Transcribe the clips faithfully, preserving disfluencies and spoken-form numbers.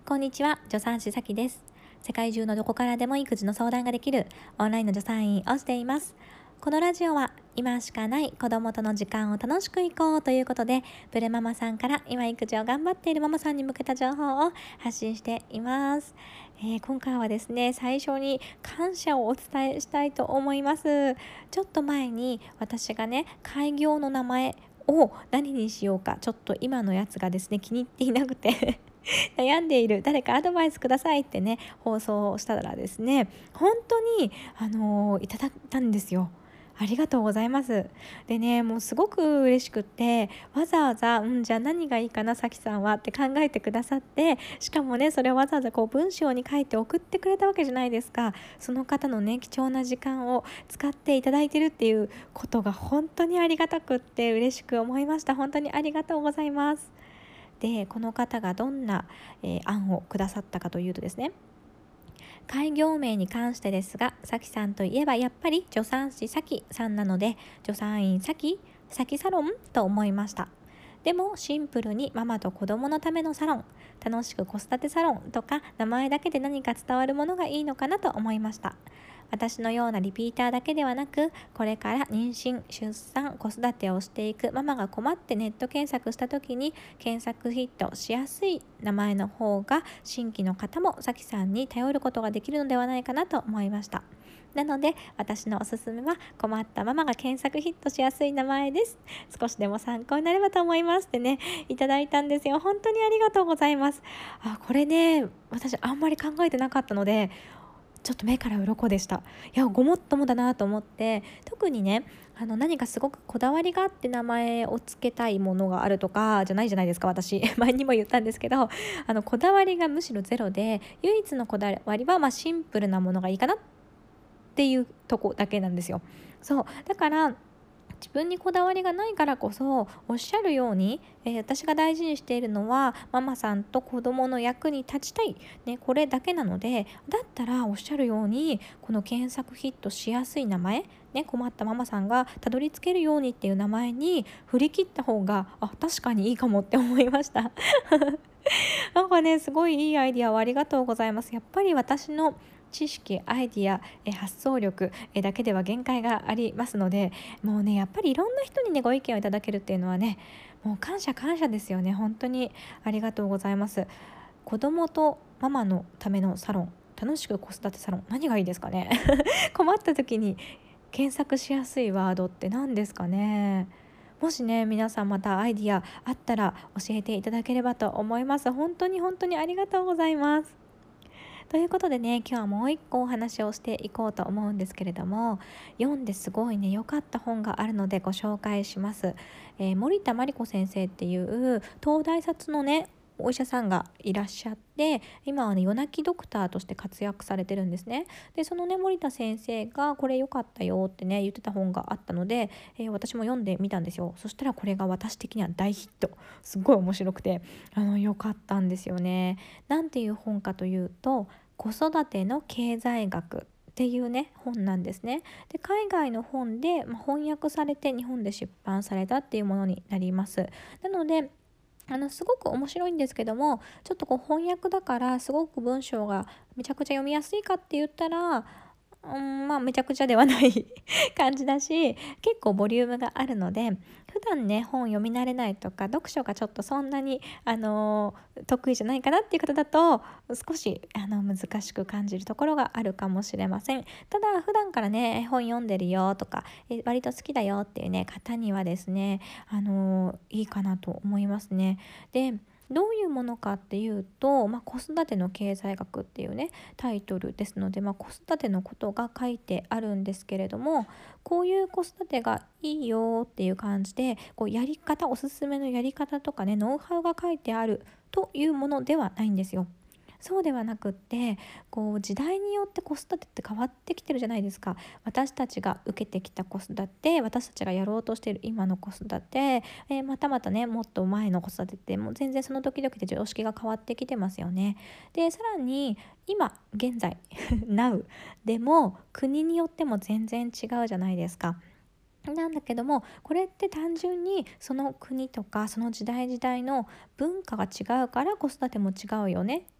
こんにちは、助産師さきです。世界中のどこからでも育児の相談ができるオンラインの助産院をしています。このラジオは今しかない子供との時間を楽しくいこうということで、ブルママさんから今育児を頑張っているママさんに向けた情報を発信しています。えー、今回はですね、最初に感謝をお伝えしたいと思います。ちょっと前に私がね、開業の名前を何にしようか、ちょっと今のやつがですね、気に入っていなくて悩んでいる、誰かアドバイスくださいってね放送をしたらですね、本当にあのーいただいたんですよ。ありがとうございます。でね、もうすごく嬉しくって、わざわざ、うん、じゃあ何がいいかな、さきさんはって考えてくださって、しかもね、それをわざわざこう文章に書いて送ってくれたわけじゃないですか。その方のね、貴重な時間を使っていただいてるっていうことが本当にありがたくって嬉しく思いました。本当にありがとうございます。で、この方がどんな、えー案をくださったかというとですね、開業名に関してですが、さきさんといえばやっぱり助産師さきさんなので、助産院さき、さきサロンと思いました。でもシンプルにママと子供のためのサロン、楽しく子育てサロンとか名前だけで何か伝わるものがいいのかなと思いました。私のようなリピーターだけではなく、これから妊娠、出産、子育てをしていくママが困ってネット検索した時に検索ヒットしやすい名前の方が新規の方もさきさんに頼ることができるのではないかなと思いました。なので私のおすすめは、困ったママが検索ヒットしやすい名前です。少しでも参考になればと思いますってね、いただいたんですよ。本当にありがとうございます。あ、これね、私あんまり考えてなかったので、ちょっと目から鱗でした。いや、ごもっともだなと思って、特にね、あの何かすごくこだわりがあって名前を付けたいものがあるとかじゃないじゃないですか、私前にも言ったんですけど、あのこだわりがむしろゼロで、唯一のこだわりはまあシンプルなものがいいかなっていうとこだけなんですよ。そうだから自分にこだわりがないからこそ、おっしゃるように、えー私が大事にしているのはママさんと子供の役に立ちたい、ね、これだけなので、だったらおっしゃるようにこの検索ヒットしやすい名前、ね、困ったママさんがたどり着けるようにっていう名前に振り切った方が、あ、確かにいいかもって思いましたなんかね、すごいいいアイディアをありがとうございます。やっぱり私の知識、アイディア、え発想力えだけでは限界がありますので、もうね、やっぱりいろんな人にね、ご意見をいただけるっていうのはね、もう感謝感謝ですよね。本当にありがとうございます。子供とママのためのサロン、楽しく子育てサロン、何がいいですかね困った時に検索しやすいワードって何ですかね。もしね、皆さんまたアイディアあったら教えていただければと思います。本当に本当にありがとうございます。ということでね、今日はもう一個お話をしていこうと思うんですけれども、読んですごいね、良かった本があるのでご紹介します。えー森田真理子先生っていう東大卒のね、お医者さんがいらっしゃって、今はね、夜泣きドクターとして活躍されてるんですね。で、そのね、森田先生がこれ良かったよってね、言ってた本があったので、えー私も読んでみたんですよ。そしたらこれが私的には大ヒット。すごい面白くて、あの、良かったんですよね。なんていう本かというと、子育ての経済学っていうね本なんですね。で、海外の本で、まあ、翻訳されて日本で出版されたっていうものになります。なので、あのすごく面白いんですけども、ちょっとこう翻訳だからすごく文章がめちゃくちゃ読みやすいかって言ったら、うん、まあめちゃくちゃではない感じだし、結構ボリュームがあるので、普段ね本読み慣れないとか、読書がちょっとそんなに、あのー得意じゃないかなっていう方だと、少しあの難しく感じるところがあるかもしれません。ただ普段からね絵本読んでるよとか、え割と好きだよっていうね方にはですね、あのーいいかなと思いますね。で、どういうものかっていうと、まあ、子育ての経済学っていうねタイトルですので、まあ、子育てのことが書いてあるんですけれども、こういう子育てがいいよっていう感じで、こうやり方、おすすめのやり方とかね、ノウハウが書いてあるというものではないんですよ。そうではなくって、こう時代によって子育てって変わってきてるじゃないですか。私たちが受けてきた子育て、私たちがやろうとしている今の子育て、えーまたまたねもっと前の子育てってもう全然その時々で常識が変わってきてますよね。で、さらに今現在 Now でも国によっても全然違うじゃないですか。なんだけども、これって単純にその国とかその時代時代の文化が違うから子育ても違うよね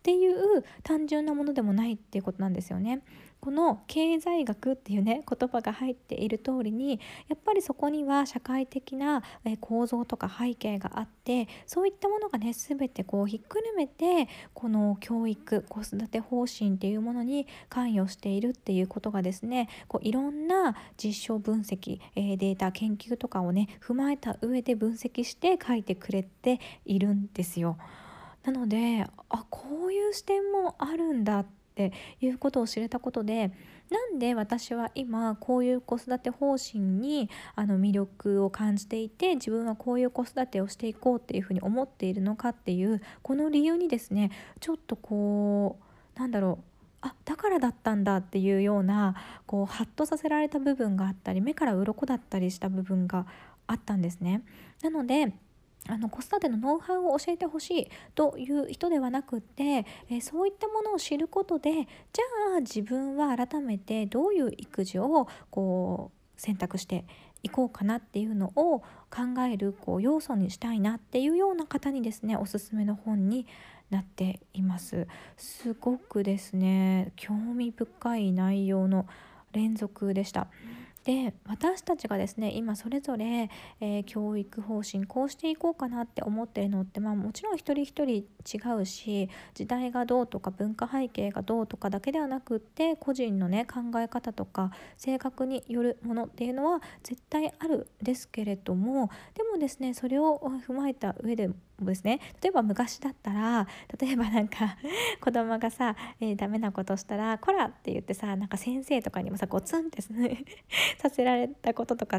っていう単純なものでもないっていうことなんですよね。この経済学っていうね言葉が入っている通りに、やっぱりそこには社会的なえ構造とか背景があって、そういったものがね全てこうひっくるめて、この教育子育て方針っていうものに関与しているっていうことがですね、こういろんな実証分析、えーデータ研究とかをね踏まえた上で分析して書いてくれているんですよ。なので、あ、こういう視点もあるんだっていうことを知れたことで、なんで私は今こういう子育て方針にあの魅力を感じていて、自分はこういう子育てをしていこうっていうふうに思っているのかっていう、この理由にですね、ちょっとこうなんだろう、あ、だからだったんだっていうような、こうハッとさせられた部分があったり、目から鱗だったりした部分があったんですね。なので、あの子育てのノウハウを教えてほしいという人ではなくって、えーそういったものを知ることで、じゃあ自分は改めてどういう育児をこう選択していこうかなっていうのを考えるこう要素にしたいなっていうような方にですね、おすすめの本になっています。すごくですね、興味深い内容の連続でした。で、私たちがですね今それぞれ、えー教育方針こうしていこうかなって思ってるのって、まあ、もちろん一人一人違うし、時代がどうとか文化背景がどうとかだけではなくって、個人のね考え方とか性格によるものっていうのは絶対あるんですけれども、でもですねそれを踏まえた上でもですね、例えば昔だったら、例えばなんか子供がさ、えーダメなことしたら「こら!」って言ってさ、なんか先生とかにもさゴツンってねさせられたこととかって、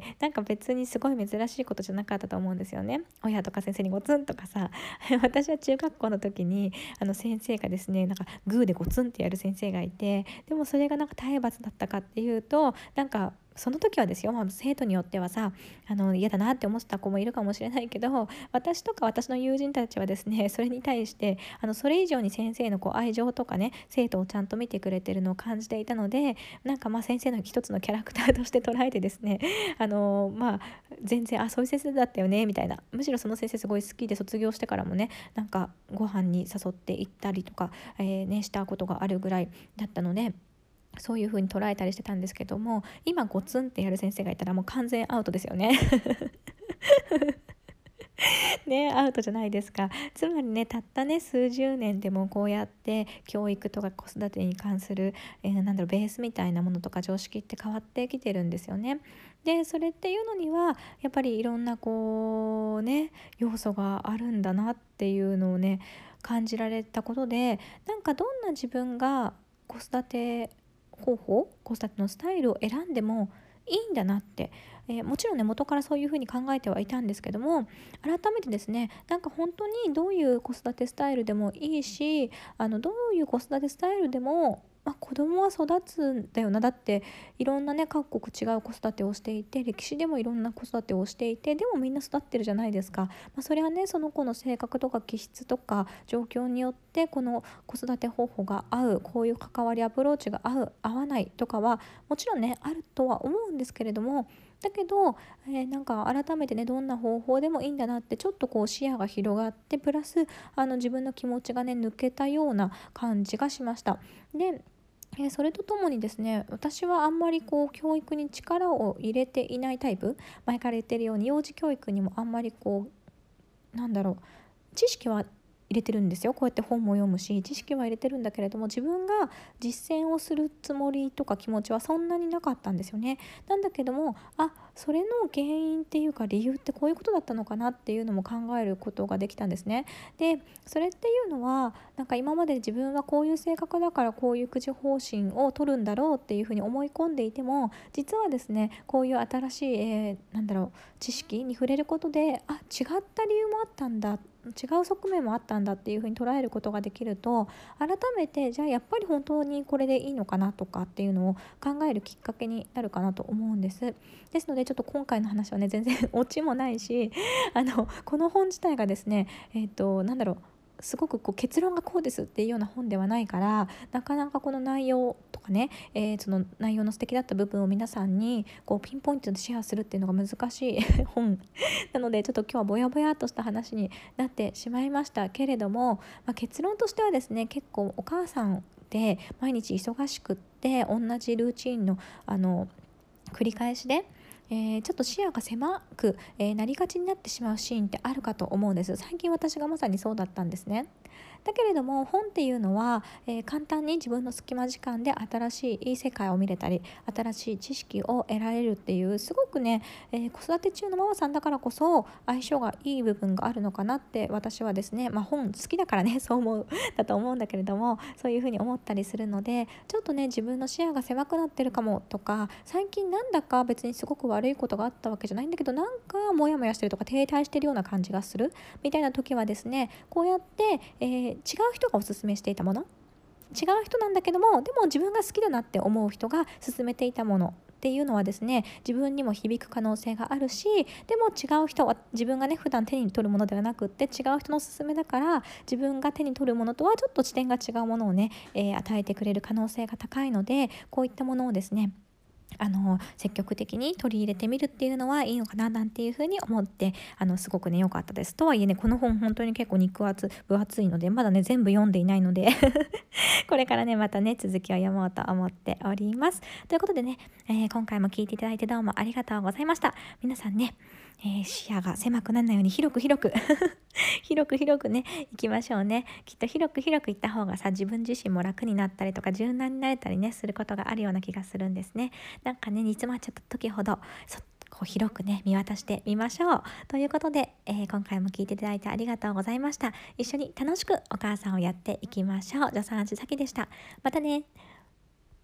なんか別にすごい珍しいことじゃなかったと思うんですよね。親とか先生にゴツンとかさ私は中学校の時にあの先生がですね、なんかグーでゴツンってやる先生がいて、でもそれがなんか体罰だったかっていうと、なんかその時はですよ、まあ、生徒によってはさ、あの嫌だなって思ってた子もいるかもしれないけど、私とか私の友人たちはですね、それに対してあのそれ以上に先生のこう愛情とかね、生徒をちゃんと見てくれてるのを感じていたので、なんかまあ先生の一つのキャラクターとして捉えてですね、あのまあ全然、あ、そういう先生だったよねみたいな、むしろその先生すごい好きで、卒業してからもね、なんかご飯に誘って行ったりとか、えーね、したことがあるぐらいだったので、そういう風に捉えたりしてたんですけども、今ゴツンってやる先生がいたらもう完全アウトですよねね、アウトじゃないですか。つまりね、たったね数十年でもこうやって教育とか子育てに関する、えーなんだろうベースみたいなものとか常識って変わってきてるんですよね。でそれっていうのにはやっぱりいろんなこうね要素があるんだなっていうのをね感じられたことで、なんかどんな自分が子育て方法子育てのスタイルを選んでもいいんだなって、えーもちろんね元からそういうふうに考えてはいたんですけども、改めてですね、なんか本当にどういう子育てスタイルでもいいし、あのどういう子育てスタイルでも、まあ、子供は育つんだよな。だっていろんなね各国違う子育てをしていて、歴史でもいろんな子育てをしていて、でもみんな育ってるじゃないですか。まあ、それはねその子の性格とか気質とか状況によってこの子育て方法が合う、こういう関わりアプローチが合う合わないとかはもちろんねあるとは思うんですけれども、だけど、えーなんか改めてねどんな方法でもいいんだなって、ちょっとこう視野が広がって、プラスあの自分の気持ちがね抜けたような感じがしました。でえーそれとともにですね、私はあんまりこう教育に力を入れていないタイプ、前から言ってるように幼児教育にもあんまりこうなんだろう知識は入れてるんですよ。こうやって本も読むし知識は入れてるんだけれども、自分が実践をするつもりとか気持ちはそんなになかったんですよね。なんだけども、あ、それの原因っていうか理由ってこういうことだったのかなっていうのも考えることができたんですね。でそれっていうのは、なんか今まで自分はこういう性格だからこういう育児方針を取るんだろうっていうふうに思い込んでいても、実はですねこういう新しい、えーなんだろう知識に触れることで、あ、違った理由もあったんだ、違う側面もあったんだっていう風に捉えることができると、改めてじゃあやっぱり本当にこれでいいのかなとかっていうのを考えるきっかけになるかなと思うんです。ですのでちょっと今回の話はね全然オチもないし、あのこの本自体がですね、えっとなんだろうすごくこう結論がこうですっていうような本ではないから、なかなかこの内容とかね、えーその内容の素敵だった部分を皆さんにこうピンポイントでシェアするっていうのが難しい本なので、ちょっと今日はぼやぼやっとした話になってしまいましたけれども、まあ、結論としてはですね、結構お母さんで毎日忙しくって同じルーチンのあの繰り返しで、えーちょっと視野が狭く、えーなりがちになってしまうシーンってあるかと思うんです。最近私がまさにそうだったんですね。だけれども本っていうのは、えー簡単に自分の隙間時間で新しい世界を見れたり、新しい知識を得られるっていう、すごくね、えー子育て中のママさんだからこそ相性がいい部分があるのかなって、私はですね、まあ、本好きだからねそう思うだと思うんだけれども、そういうふうに思ったりするので、ちょっとね自分の視野が狭くなってるかもとか、最近なんだか別にすごく悪いことがあったわけじゃないんだけど、なんかモヤモヤしてるとか停滞してるような感じがするみたいな時はですね、こうやって、えー違う人がおすすめしていたもの、違う人なんだけども、でも自分が好きだなって思う人が勧めていたものっていうのはですね、自分にも響く可能性があるし、でも違う人は自分がね普段手に取るものではなくって、違う人の勧めだから、自分が手に取るものとはちょっと視点が違うものをね、えー与えてくれる可能性が高いので、こういったものをですね、あの積極的に取り入れてみるっていうのはいいのかななんていうふうに思って、あのすごくね良かったです。とはいえね、この本本当に結構肉厚分厚いので、まだね全部読んでいないのでこれからねまたね続きを読もうと思っております。ということでね、えー今回も聞いていただいてどうもありがとうございました。皆さんね、えー視野が狭くならないように広く広く広く広くね行きましょうね。きっと広く広く行った方がさ、自分自身も楽になったりとか柔軟になれたりねすることがあるような気がするんですね。なんかね煮詰まっちゃった時ほどそこう広くね見渡してみましょう。ということで、えー今回も聞いていただいてありがとうございました。一緒に楽しくお母さんをやっていきましょう。助産師さきでした。またね。